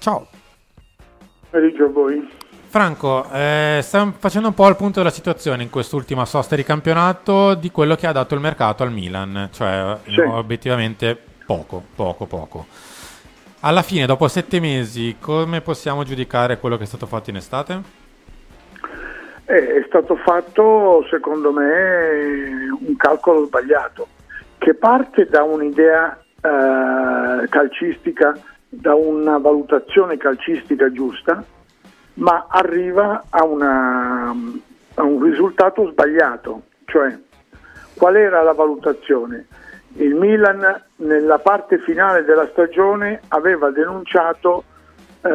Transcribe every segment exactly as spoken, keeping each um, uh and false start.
Ciao. Pomeriggio a voi. Franco, eh, stiamo facendo un po' il punto della situazione in quest'ultima sosta di campionato di quello che ha dato il mercato al Milan, cioè Sì. no, obiettivamente poco, poco, poco. Alla fine, dopo sette mesi, come possiamo giudicare quello che è stato fatto in estate? Eh, è stato fatto, secondo me, un calcolo sbagliato, che parte da un'idea eh, calcistica, da una valutazione calcistica giusta, ma arriva a, una, a un risultato sbagliato. Cioè, qual era la valutazione? Il Milan nella parte finale della stagione aveva denunciato eh,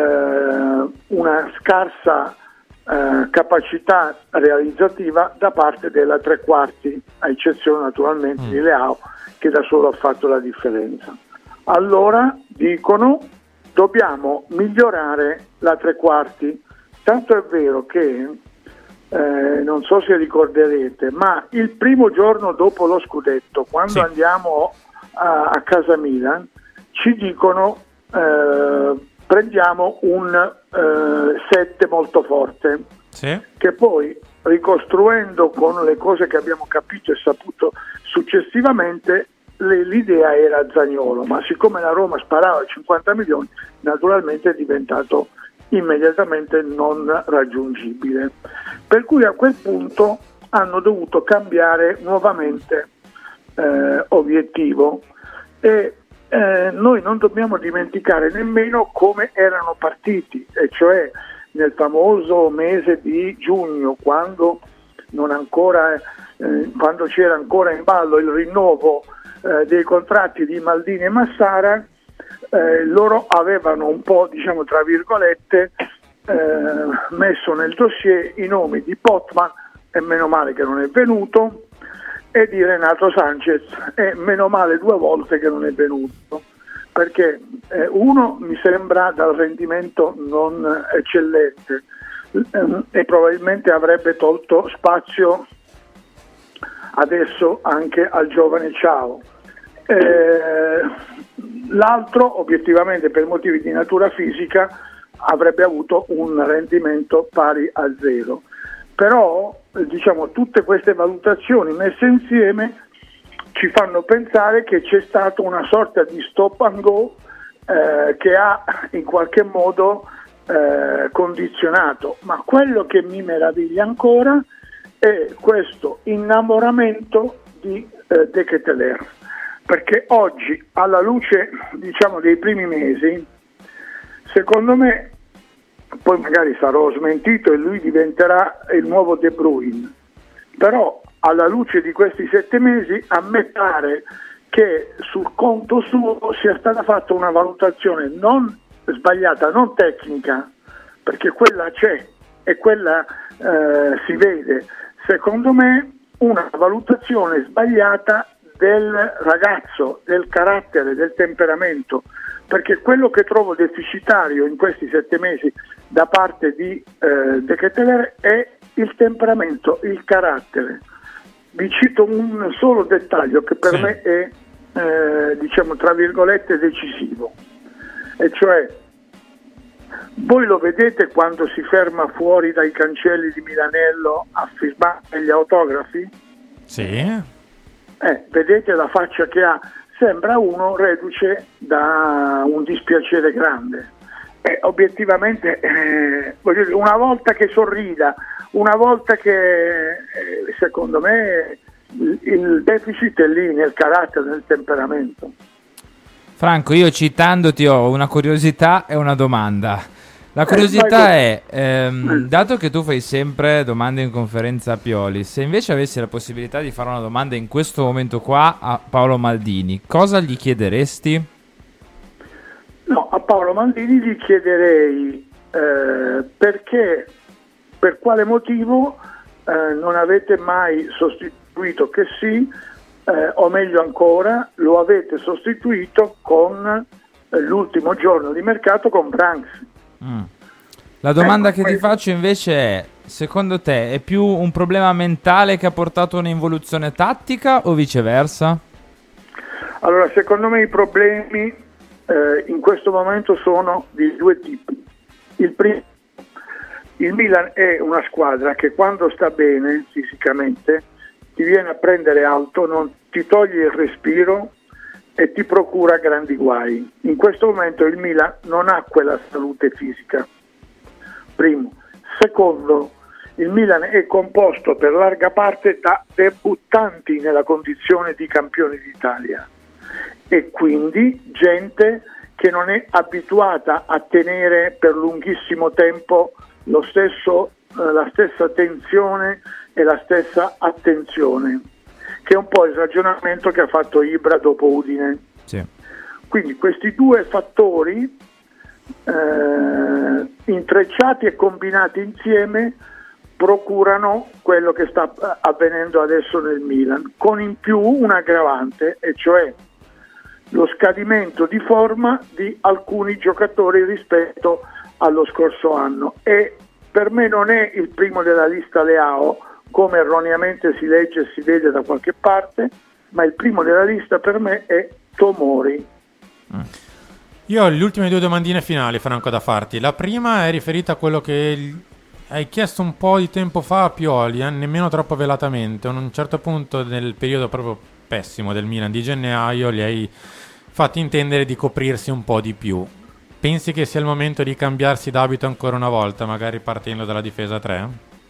una scarsa eh, capacità realizzativa da parte della tre quarti, a eccezione naturalmente mm. di Leao, che da solo ha fatto la differenza. Allora dicono: dobbiamo migliorare la tre quarti. Tanto è vero che, eh, non so se ricorderete, ma il primo giorno dopo lo scudetto, quando sì. andiamo a, a casa Milan, ci dicono eh, prendiamo un eh, sette molto forte, sì. che poi, ricostruendo con le cose che abbiamo capito e saputo successivamente, le, l'idea era Zaniolo, ma siccome la Roma sparava cinquanta milioni, naturalmente è diventato immediatamente non raggiungibile, per cui a quel punto hanno dovuto cambiare nuovamente eh, obiettivo e eh, noi non dobbiamo dimenticare nemmeno come erano partiti, e cioè nel famoso mese di giugno, quando non ancora eh, quando c'era ancora in ballo il rinnovo eh, dei contratti di Maldini e Massara. Eh, loro avevano un po', diciamo tra virgolette, eh, messo nel dossier i nomi di Pottman, e meno male che non è venuto, e di Renato Sanchez, e meno male due volte che non è venuto, perché eh, uno mi sembra dal rendimento non eccellente eh, e probabilmente avrebbe tolto spazio adesso anche al giovane Ciao. Eh, L'altro, obiettivamente per motivi di natura fisica, avrebbe avuto un rendimento pari a zero. Però, diciamo, tutte queste valutazioni messe insieme ci fanno pensare che c'è stata una sorta di stop and go eh, che ha in qualche modo eh, condizionato. Ma quello che mi meraviglia ancora è questo innamoramento di eh, De Ketelaere. Perché oggi, alla luce, diciamo, dei primi mesi, secondo me, poi magari sarò smentito e lui diventerà il nuovo De Bruyne, però alla luce di questi sette mesi a me pare che sul conto suo sia stata fatta una valutazione non sbagliata, non tecnica, perché quella c'è e quella eh, si vede, secondo me una valutazione sbagliata del ragazzo, del carattere, del temperamento, perché quello che trovo deficitario in questi sette mesi da parte di eh, De Ketelaere è il temperamento, il carattere. Vi cito un solo dettaglio che per sì. me è eh, diciamo tra virgolette decisivo, e cioè voi lo vedete quando si ferma fuori dai cancelli di Milanello a firmare gli autografi? Sì. Eh, vedete la faccia che ha, sembra uno reduce da un dispiacere grande. Eh, obiettivamente, eh, voglio dire, una volta che sorrida, una volta che, eh, secondo me, il, il deficit è lì, nel carattere, nel temperamento. Franco, io citandoti ho una curiosità e una domanda. La curiosità eh, è, ehm, dato che tu fai sempre domande in conferenza a Pioli, se invece avessi la possibilità di fare una domanda in questo momento qua a Paolo Maldini, cosa gli chiederesti? No, a Paolo Maldini gli chiederei eh, perché, per quale motivo eh, non avete mai sostituito che sì, eh, o meglio ancora, lo avete sostituito con eh, l'ultimo giorno di mercato con Branks. Mm. La domanda ecco, che questo. ti faccio invece è: secondo te è più un problema mentale che ha portato un'involuzione tattica o viceversa? Allora, secondo me i problemi eh, in questo momento sono di due tipi. Il primo, il Milan è una squadra che quando sta bene fisicamente ti viene a prendere alto, non ti toglie il respiro e ti procura grandi guai. In questo momento il Milan non ha quella salute fisica. Primo. Secondo, il Milan è composto per larga parte da debuttanti nella condizione di campioni d'Italia e quindi gente che non è abituata a tenere per lunghissimo tempo lo stesso, eh, la stessa tensione e la stessa attenzione, che è un po' il ragionamento che ha fatto Ibra dopo Udine. Sì. Quindi questi due fattori eh, intrecciati e combinati insieme procurano quello che sta avvenendo adesso nel Milan, con in più un aggravante, e cioè lo scadimento di forma di alcuni giocatori rispetto allo scorso anno. E per me non è il primo della lista Leao, come erroneamente si legge e si vede da qualche parte, ma il primo della lista per me è Tomori. Io ho le ultime due domandine finali, Franco, da farti. La prima è riferita a quello che hai chiesto un po' di tempo fa a Pioli, eh? Nemmeno troppo velatamente. A un certo punto nel periodo proprio pessimo del Milan di gennaio gli hai fatti intendere di coprirsi un po' di più. Pensi che sia il momento di cambiarsi d'abito ancora una volta, magari partendo dalla difesa tre?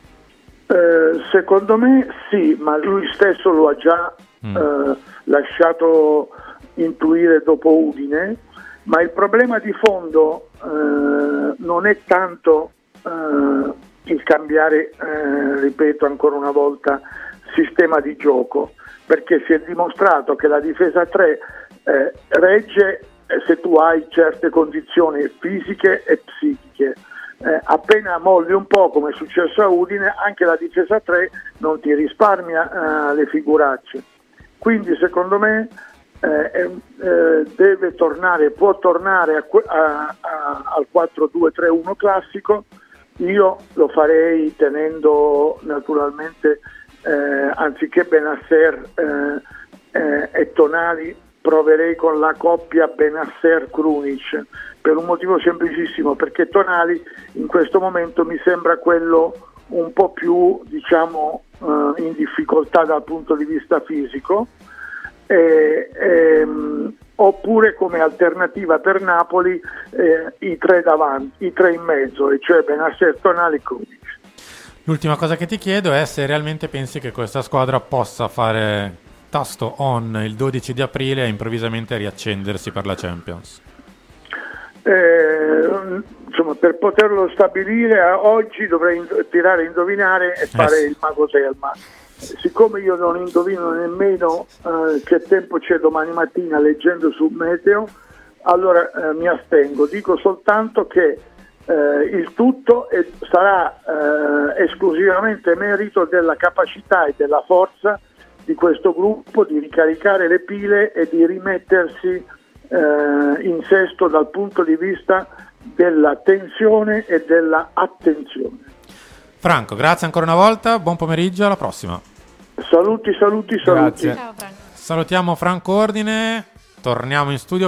Eh, secondo me sì, ma lui stesso lo ha già mm. eh, lasciato intuire dopo Udine, ma il problema di fondo eh, non è tanto eh, il cambiare, eh, ripeto ancora una volta, sistema di gioco, perché si è dimostrato che la difesa tre eh, regge se tu hai certe condizioni fisiche e psichiche. Eh, appena molli un po', come è successo a Udine, anche la difesa tre non ti risparmia eh, le figuracce. Quindi secondo me eh, eh, deve tornare, può tornare a, a, a, al quattro due tre uno classico. Io lo farei tenendo naturalmente eh, anziché Benasser eh, eh, e Tonali, proverei con la coppia Benasser-Krunic, per un motivo semplicissimo, perché Tonali in questo momento mi sembra quello un po' più, diciamo, eh, in difficoltà dal punto di vista fisico, e, e, oppure come alternativa per Napoli eh, i tre davanti, i tre in mezzo, e cioè Benasser, Tonali e Krunic. L'ultima cosa che ti chiedo è se realmente pensi che questa squadra possa fare tasto on il dodici di aprile e improvvisamente riaccendersi per la Champions. Eh, insomma, per poterlo stabilire oggi dovrei ind- tirare a indovinare e fare eh. il mago Selma. Siccome io non indovino nemmeno eh, che tempo c'è domani mattina leggendo su Meteo, allora eh, mi astengo. Dico soltanto che eh, il tutto è, sarà eh, esclusivamente merito della capacità e della forza di questo gruppo di ricaricare le pile e di rimettersi eh, in sesto dal punto di vista della tensione e della attenzione. Franco, grazie ancora una volta, buon pomeriggio, alla prossima. Saluti, saluti, saluti. Grazie. Ciao Franco. Salutiamo Franco Ordine, torniamo in studio.